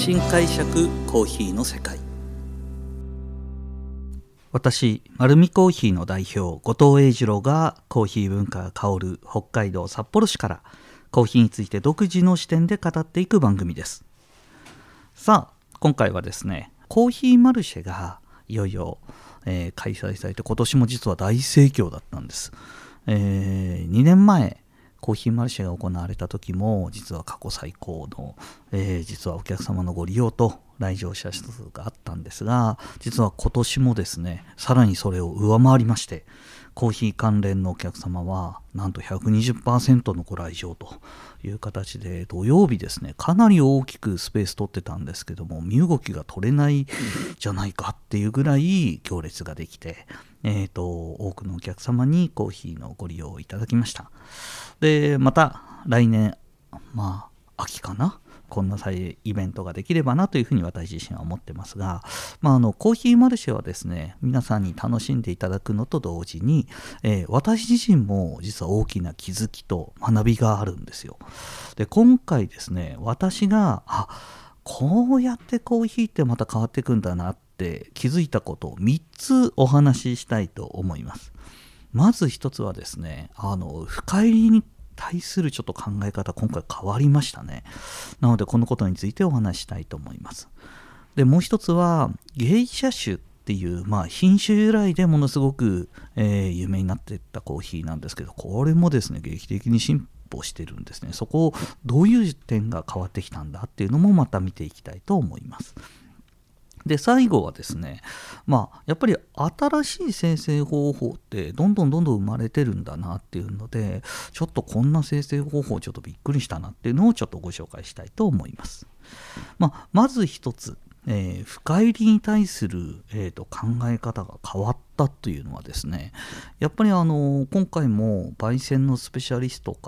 新解釈コーヒーの世界。私、丸見コーヒーの代表後藤英二郎がコーヒー文化が香る北海道札幌市からコーヒーについて独自の視点で語っていく番組です。さあ、今回はですね、コーヒーマルシェがいよいよ、開催されて、今年も実は大盛況だったんです。2年前コーヒーマルシェが行われた時も実は過去最高の、実はお客様のご利用と来場者数があったんですが、実は今年もですね、さらにそれを上回りまして、コーヒー関連のお客様はなんと 120% のご来場という形で、土曜日ですね、かなり大きくスペース取ってたんですけども、身動きが取れないじゃないかっていうぐらい行列ができて、多くのお客様にコーヒーのご利用をいただきました。で、また来年、秋かな、こんなイベントができればなというふうに私自身は思ってますが、コーヒーマルシェはですね、皆さんに楽しんでいただくのと同時に、私自身も実は大きな気づきと学びがあるんですよ。で、今回ですね、私がこうやってコーヒーってまた変わっていくんだなって気づいたことを3つお話ししたいと思います。まず一つはですね、深入りに対するちょっと考え方、今回変わりましたね。なのでこのことについてお話ししたいと思います。で、もう一つは芸者種っていう、品種由来でものすごく、有名になっていったコーヒーなんですけど、これもですね、劇的に進歩してるんですね。そこをどういう点が変わってきたんだっていうのもまた見ていきたいと思います。で、最後はですね、やっぱり新しい生成方法ってどんどん生まれてるんだなっていうので、ちょっとこんな生成方法ちょっとびっくりしたなっていうのをちょっとご紹介したいと思います。まず一つ、深入りに対する、考え方が変わったというのはですね、やっぱり今回も焙煎のスペシャリストから、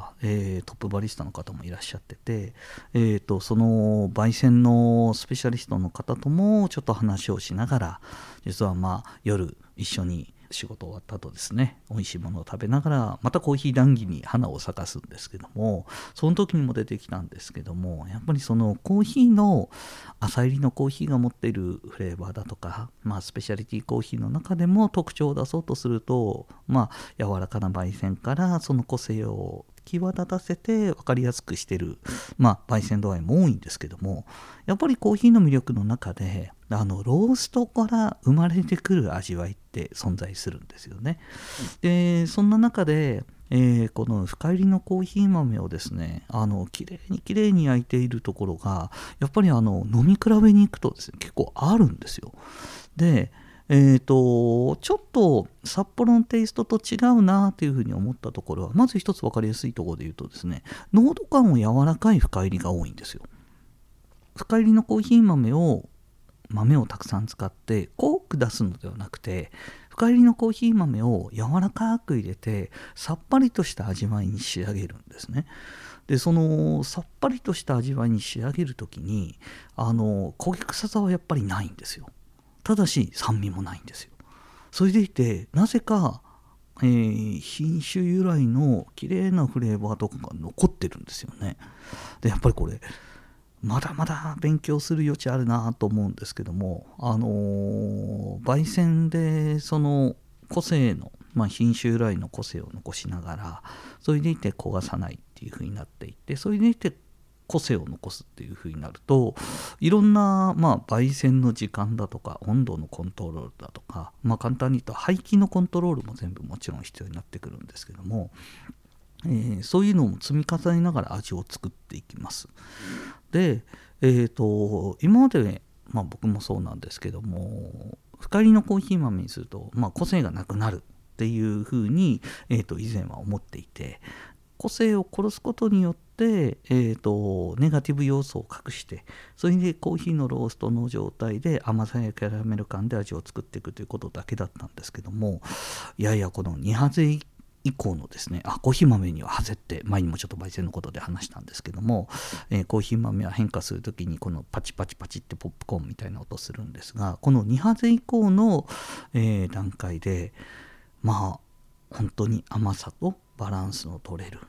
トップバリスタの方もいらっしゃってて、その焙煎のスペシャリストの方ともちょっと話をしながら、実は夜一緒に仕事終わった後ですね、美味しいものを食べながらまたコーヒー談義に花を咲かすんですけども、その時にも出てきたんですけども、やっぱりそのコーヒーの浅入りのコーヒーが持っているフレーバーだとか、スペシャリティコーヒーの中でも特徴を出そうとすると、柔らかな焙煎からその個性を際立たせて分かりやすくしてる、焙煎度合いも多いんですけども、やっぱりコーヒーの魅力の中でローストから生まれてくる味わいって存在するんですよね。で、そんな中で、この深入りのコーヒー豆をですね、きれいに焼いているところがやっぱり飲み比べに行くとですね、結構あるんですよ。で、ちょっと札幌のテイストと違うなというふうに思ったところは、まず一つ分かりやすいところで言うとですね、濃度感を柔らかい深入りが多いんですよ。深入りのコーヒー豆をたくさん使って濃く出すのではなくて、深入りのコーヒー豆を柔らかく入れてさっぱりとした味わいに仕上げるんですね。で、そのさっぱりとした味わいに仕上げるときに焦げ臭さはやっぱりないんですよ。ただし酸味もないんですよ。それでいてなぜか、品種由来の綺麗なフレーバーとかが残ってるんですよね。で、やっぱりこれまだまだ勉強する余地あるなと思うんですけども、焙煎でその個性の、品種由来の個性を残しながら、それでいて焦がさないっていう風になっていて、それでいて個性を残すっていう風になると、いろんな、焙煎の時間だとか温度のコントロールだとか、簡単に言うと排気のコントロールも全部もちろん必要になってくるんですけども、そういうのも積み重ねながら味を作っていきます。で、今まで、僕もそうなんですけども、深入りのコーヒー豆にすると、個性がなくなるっていうふうに、以前は思っていて、個性を殺すことによって、ネガティブ要素を隠して、それでコーヒーのローストの状態で甘さやキャラメル感で味を作っていくということだけだったんですけども、この2ハゼ以降のですね、コーヒー豆にはハゼって前にもちょっと焙煎のことで話したんですけども、コーヒー豆は変化するときにこのパチパチパチってポップコーンみたいな音するんですが、この2ハゼ以降の、段階で本当に甘さとバランスの取れる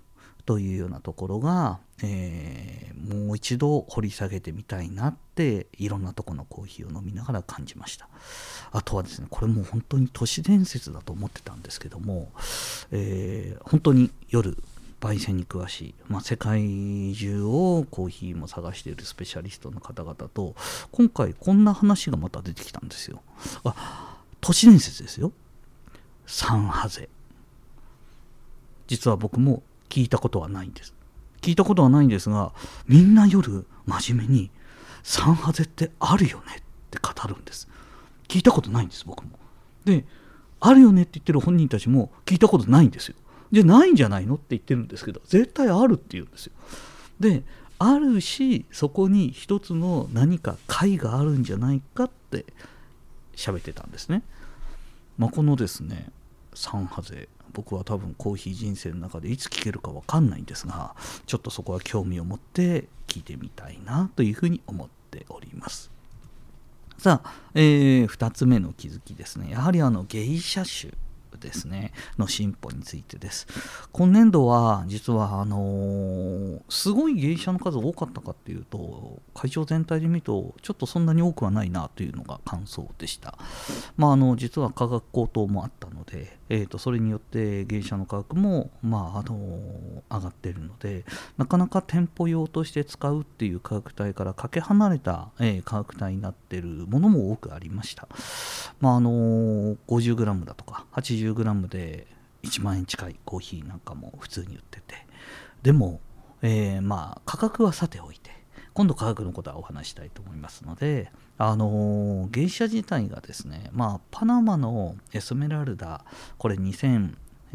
というようなところが、もう一度掘り下げてみたいなっていろんなところのコーヒーを飲みながら感じました。あとはですね、これも本当に都市伝説だと思ってたんですけども、本当に夜焙煎に詳しい、世界中をコーヒーも探しているスペシャリストの方々と今回こんな話がまた出てきたんですよ。都市伝説ですよ。サンハゼ、実は僕も聞いたことはないんですが、みんな夜真面目にサンハゼってあるよねって語るんです。聞いたことないんです、僕も。で、あるよねって言ってる本人たちも聞いたことないんですよ。じゃないんじゃないのって言ってるんですけど、絶対あるって言うんですよ。で、あるし、そこに一つの何か解があるんじゃないかって喋ってたんですね。このですね、サンハゼ、僕は多分コーヒー人生の中でいつ聞けるか分かんないんですが、ちょっとそこは興味を持って聞いてみたいなというふうに思っております。さあ、2つ目の気づきですね。やはり芸者種ですねの進歩についてです。今年度は実はすごい芸者の数多かったかっていうと、会場全体で見るとちょっとそんなに多くはないなというのが感想でした。実は価格高騰もあったので、それによって芸者の価格も上がっているので、なかなか店舗用として使うっていう価格帯からかけ離れた、価格帯になっているものも多くありました。50g だとか 80g で1万円近いコーヒーなんかも普通に売ってて、でも、価格はさておいて、今度価格のことはお話したいと思いますので、芸者自体がですね、パナマのエスメラルダ、これ2003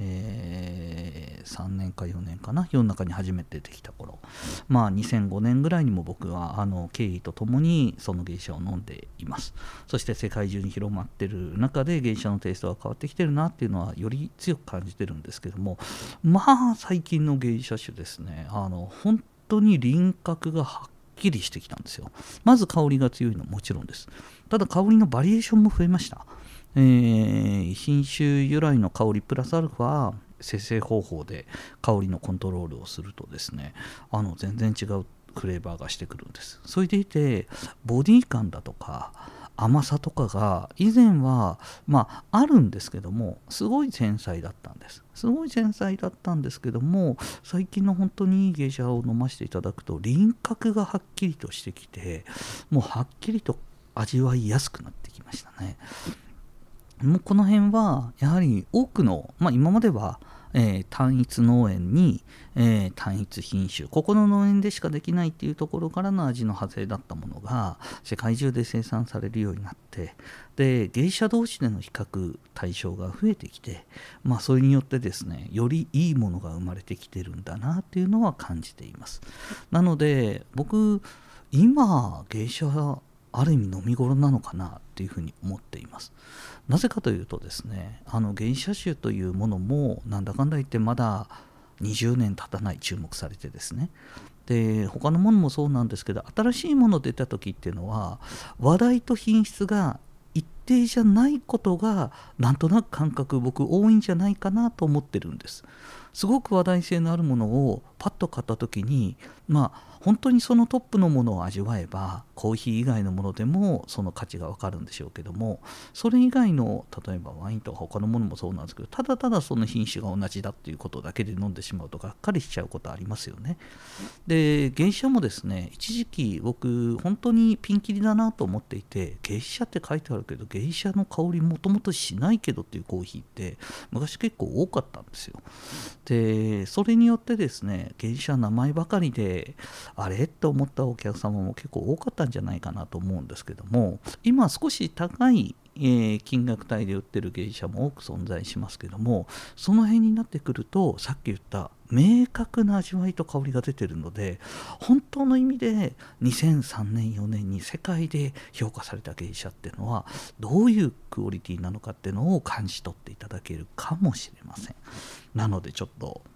年か4年かな、世の中に初めて出てきた頃、2005年ぐらいにも僕は経緯とともにその芸者を飲んでいます。そして世界中に広まってる中で芸者のテイストが変わってきてるなっていうのはより強く感じてるんですけども、最近の芸者種ですね、本当に輪郭がはっきりしてきたんですよ。まず香りが強いのはもちろんです。ただ香りのバリエーションも増えました。品種由来の香りプラスアルファ生成方法で香りのコントロールをするとですね、全然違うフレーバーがしてくるんです。それでいてボディ感だとか甘さとかが以前はあるんですけども、すごい繊細だったんですけども、最近の本当にいい芸者を飲ませていただくと輪郭がはっきりとしてきて、もうはっきりと味わいやすくなってきましたね。もうこの辺はやはり多くの、今までは単一農園に、単一品種、ここの農園でしかできないっていうところからの味の派生だったものが世界中で生産されるようになって、で芸者同士での比較対象が増えてきて、それによってですね、よりいいものが生まれてきてるんだなっていうのは感じています。なので僕今芸者ある意味飲み頃なのかなっていうふうに思っています。なぜかというとですね、芸者種というものもなんだかんだ言ってまだ20年経たない注目されてですね、で他のものもそうなんですけど、新しいもの出た時っていうのは話題と品質が一定じゃないことがなんとなく感覚僕多いんじゃないかなと思ってるんです。すごく話題性のあるものをパッと買った時に本当にそのトップのものを味わえばコーヒー以外のものでもその価値が分かるんでしょうけども、それ以外の例えばワインとか他のものもそうなんですけど、ただただその品種が同じだっていうことだけで飲んでしまうとがっかりしちゃうことありますよね。で芸者もですね、一時期僕本当にピンキリだなと思っていて、芸者って書いてあるけど芸者の香りもともとしないけどっていうコーヒーって昔結構多かったんですよ。でそれによってですね、芸者名前ばかりであれと思ったお客様も結構多かったんじゃないかなと思うんですけども、今少し高い金額帯で売ってる芸者も多く存在しますけども、その辺になってくるとさっき言った明確な味わいと香りが出てるので、本当の意味で2003年4年に世界で評価された芸者っていうのはどういうクオリティなのかっていうのを感じ取っていただけるかもしれません。なのでちょっと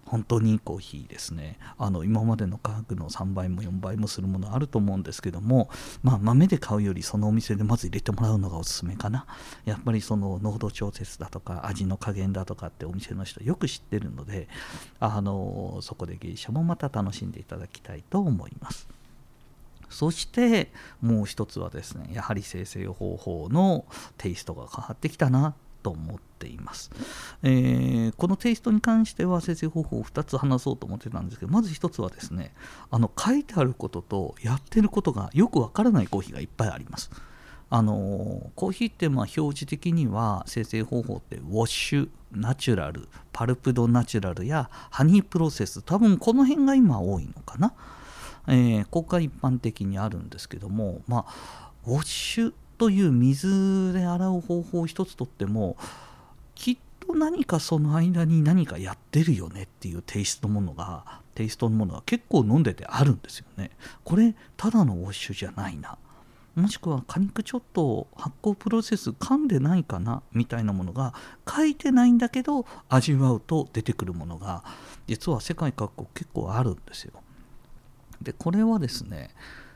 本当にいいコーヒーですね。今までの価格の3倍も4倍もするものあると思うんですけども、豆で買うよりそのお店でまず入れてもらうのがおすすめかな。やっぱりその濃度調節だとか味の加減だとかってお店の人よく知ってるので、そこで芸者もまた楽しんでいただきたいと思います。そしてもう一つはですね、やはり生成方法のテイストが変わってきたなと思っています。このテイストに関しては生成方法を2つ話そうと思ってたんですけど、まず1つはですね、書いてあることとやってることがよくわからないコーヒーがいっぱいあります。コーヒーって表示的には生成方法ってウォッシュ、ナチュラル、パルプドナチュラルやハニープロセス、多分この辺が今多いのかな。ここが一般的にあるんですけども、ウォッシュという水で洗う方法を一つとっても、きっと何かその間に何かやってるよねっていうテイストのものが結構飲んでてあるんですよね。これただのウォッシュじゃないな、もしくは果肉ちょっと発酵プロセス噛んでないかなみたいなものが書いてないんだけど味わうと出てくるものが実は世界各国結構あるんですよ。でこれはですね、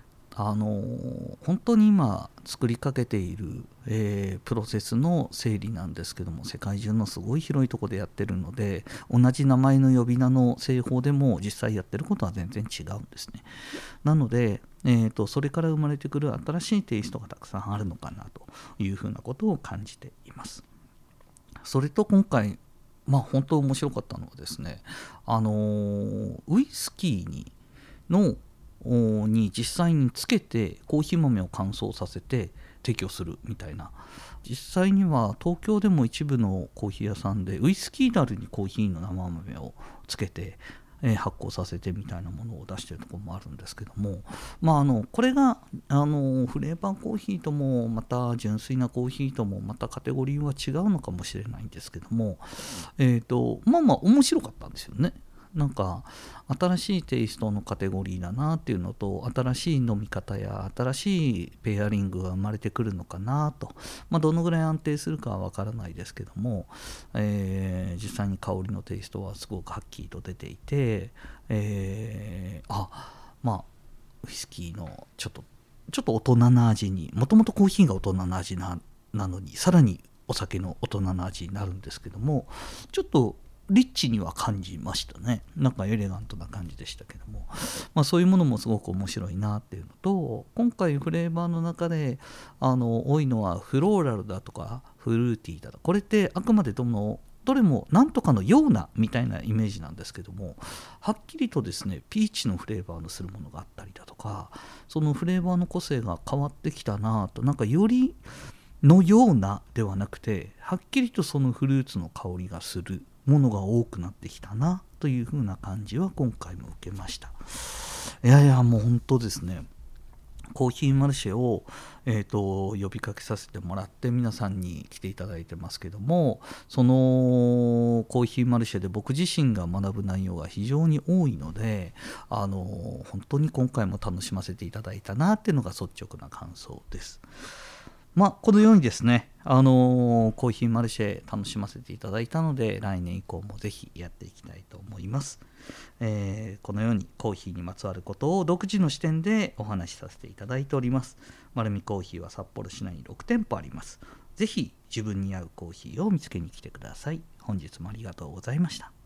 本当に今作りかけている、プロセスの整理なんですけども、世界中のすごい広いところでやってるので、同じ名前の呼び名の製法でも実際やってることは全然違うんですね。なので、それから生まれてくる新しいテイストがたくさんあるのかなというふうなことを感じています。それと今回本当面白かったのはですね、ウイスキーに実際につけてコーヒー豆を乾燥させて提供するみたいな、実際には東京でも一部のコーヒー屋さんでウイスキー樽にコーヒーの生豆をつけて発酵させてみたいなものを出しているところもあるんですけども、これがフレーバーコーヒーともまた純粋なコーヒーともまたカテゴリーは違うのかもしれないんですけども、面白かったんですよね。なんか新しいテイストのカテゴリーだなっていうのと、新しい飲み方や新しいペアリングが生まれてくるのかなと、どのぐらい安定するかは分からないですけども、実際に香りのテイストはすごくはっきりと出ていて、ウイスキーのちょっと大人な味に、もともとコーヒーが大人な味なのにさらにお酒の大人な味になるんですけども、ちょっとリッチには感じましたね。なんかエレガントな感じでしたけども、そういうものもすごく面白いなっていうのと、今回フレーバーの中で多いのはフローラルだとかフルーティーだとか、これってあくまでどれもなんとかのようなみたいなイメージなんですけども、はっきりとですねピーチのフレーバーのするものがあったりだとか、そのフレーバーの個性が変わってきたなと、なんかよりのようなではなくて、はっきりとそのフルーツの香りがするものが多くなってきたなというふうな感じは今回も受けました。もう本当ですね、コーヒーマルシェを、呼びかけさせてもらって皆さんに来ていただいてますけども、そのコーヒーマルシェで僕自身が学ぶ内容が非常に多いので、本当に今回も楽しませていただいたなっていうのが率直な感想です。このようにですね、コーヒーマルシェ楽しませていただいたので、来年以降もぜひやっていきたいと思います。このようにコーヒーにまつわることを独自の視点でお話しさせていただいております。丸見コーヒーは札幌市内に6店舗あります。ぜひ自分に合うコーヒーを見つけに来てください。本日もありがとうございました。